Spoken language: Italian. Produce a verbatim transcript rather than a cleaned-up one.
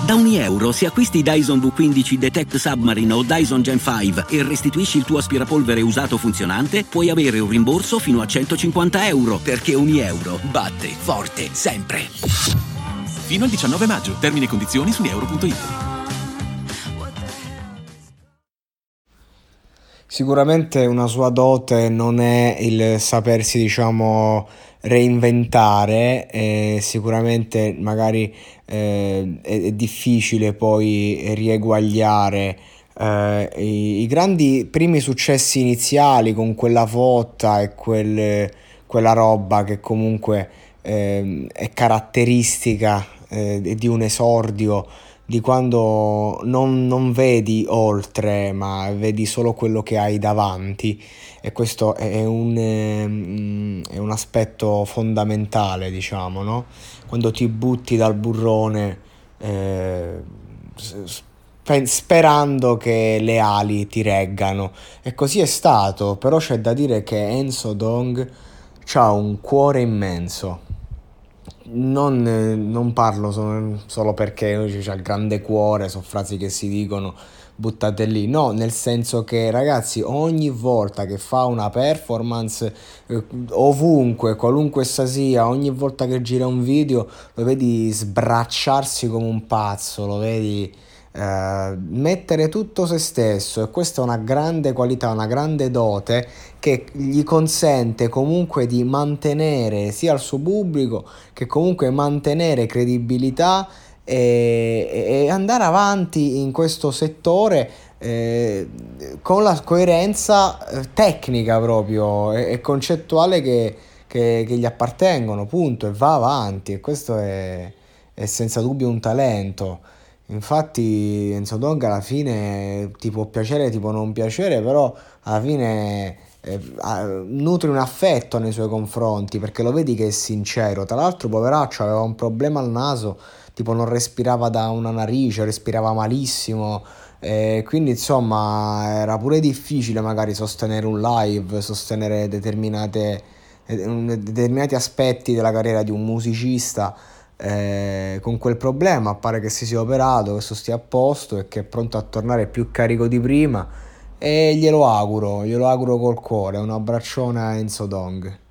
Da ogni euro, se acquisti Dyson V quindici Detect Submarine o Dyson Gen cinque e restituisci il tuo aspirapolvere usato funzionante, puoi avere un rimborso fino a centocinquanta euro, perché ogni euro batte forte sempre. Fino al diciannove maggio. Termini e condizioni su euro punto it. Sicuramente una sua dote non è il sapersi, diciamo, reinventare, e sicuramente magari eh, è, è difficile poi rieguagliare eh, i, i grandi primi successi iniziali con quella fotta e quel, quella roba che comunque eh, è caratteristica eh, di un esordio, di quando non, non vedi oltre, ma vedi solo quello che hai davanti, e questo è un, ehm, è un aspetto fondamentale, diciamo, no? Quando ti butti dal burrone eh, spe- sperando che le ali ti reggano, e così è stato, però c'è da dire che Enzo Dong ha un cuore immenso. Non, eh, non parlo so- solo perché lui c'ha il grande cuore, sono frasi che si dicono buttate lì, no, nel senso che ragazzi, ogni volta che fa una performance, eh, ovunque, qualunque essa sia, ogni volta che gira un video, lo vedi sbracciarsi come un pazzo, lo vedi eh, mettere tutto se stesso, e questa è una grande qualità, una grande dote che gli consente comunque di mantenere sia il suo pubblico, che comunque mantenere credibilità e, e andare avanti in questo settore eh, con la coerenza eh, tecnica proprio e, e concettuale che, che, che gli appartengono, punto, e va avanti, e questo è, è senza dubbio un talento. Infatti Enzo Dong alla fine ti può piacere, ti può non piacere, però alla fine eh, nutri un affetto nei suoi confronti, perché lo vedi che è sincero. Tra l'altro poveraccio aveva un problema al naso, tipo non respirava da una narice, respirava malissimo, eh, quindi insomma era pure difficile magari sostenere un live, sostenere determinate, eh, determinati aspetti della carriera di un musicista. Eh, con quel problema pare che si sia operato, che stia a posto e che è pronto a tornare più carico di prima, e glielo auguro, glielo auguro col cuore. Un abbraccione a Enzo Dong.